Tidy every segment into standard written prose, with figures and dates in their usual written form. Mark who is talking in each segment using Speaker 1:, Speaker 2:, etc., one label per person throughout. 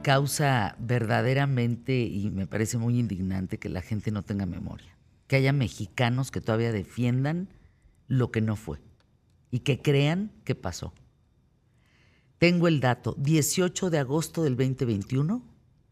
Speaker 1: causa verdaderamente, y me parece muy indignante, que la gente no tenga memoria. Que haya mexicanos que todavía defiendan lo que no fue y que crean que pasó. Tengo el dato, 18 de agosto del 2021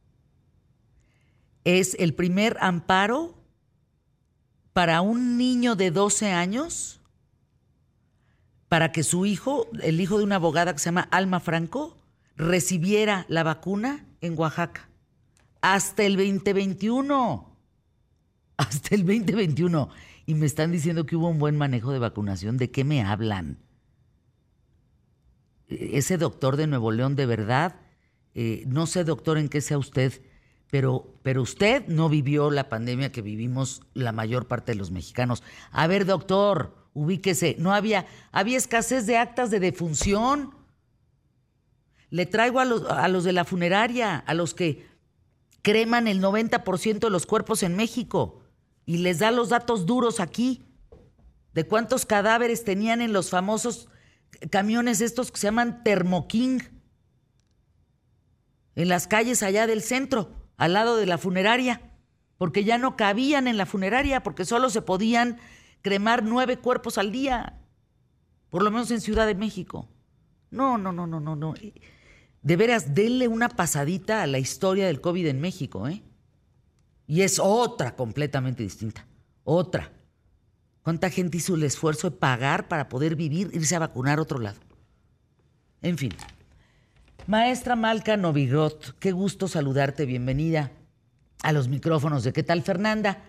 Speaker 1: es el primer amparo para un niño de 12 años para que su hijo, el hijo de una abogada que se llama Alma Franco, recibiera la vacuna en Oaxaca. Hasta el 2021. Hasta el 2021. Y me están diciendo que hubo un buen manejo de vacunación. ¿De qué me hablan? Ese doctor de Nuevo León, de verdad, no sé, doctor, en qué sea usted, pero usted no vivió la pandemia que vivimos la mayor parte de los mexicanos. A ver, doctor, ubíquese. No había escasez de actas de defunción. Le traigo a los de la funeraria, a los que creman el 90% de los cuerpos en México, y les da los datos duros aquí de cuántos cadáveres tenían en los famosos camiones estos que se llaman Thermo-King, en las calles allá del centro, al lado de la funeraria, porque ya no cabían en la funeraria, porque solo se podían cremar 9 cuerpos al día, por lo menos en Ciudad de México. No. De veras, denle una pasadita a la historia del COVID en México, ¿eh? Y es otra completamente distinta. Otra. ¿Cuánta gente hizo el esfuerzo de pagar para poder vivir, irse a vacunar a otro lado? En fin. Maestra Malca Novigrot, qué gusto saludarte. Bienvenida a los micrófonos de ¿Qué tal, Fernanda?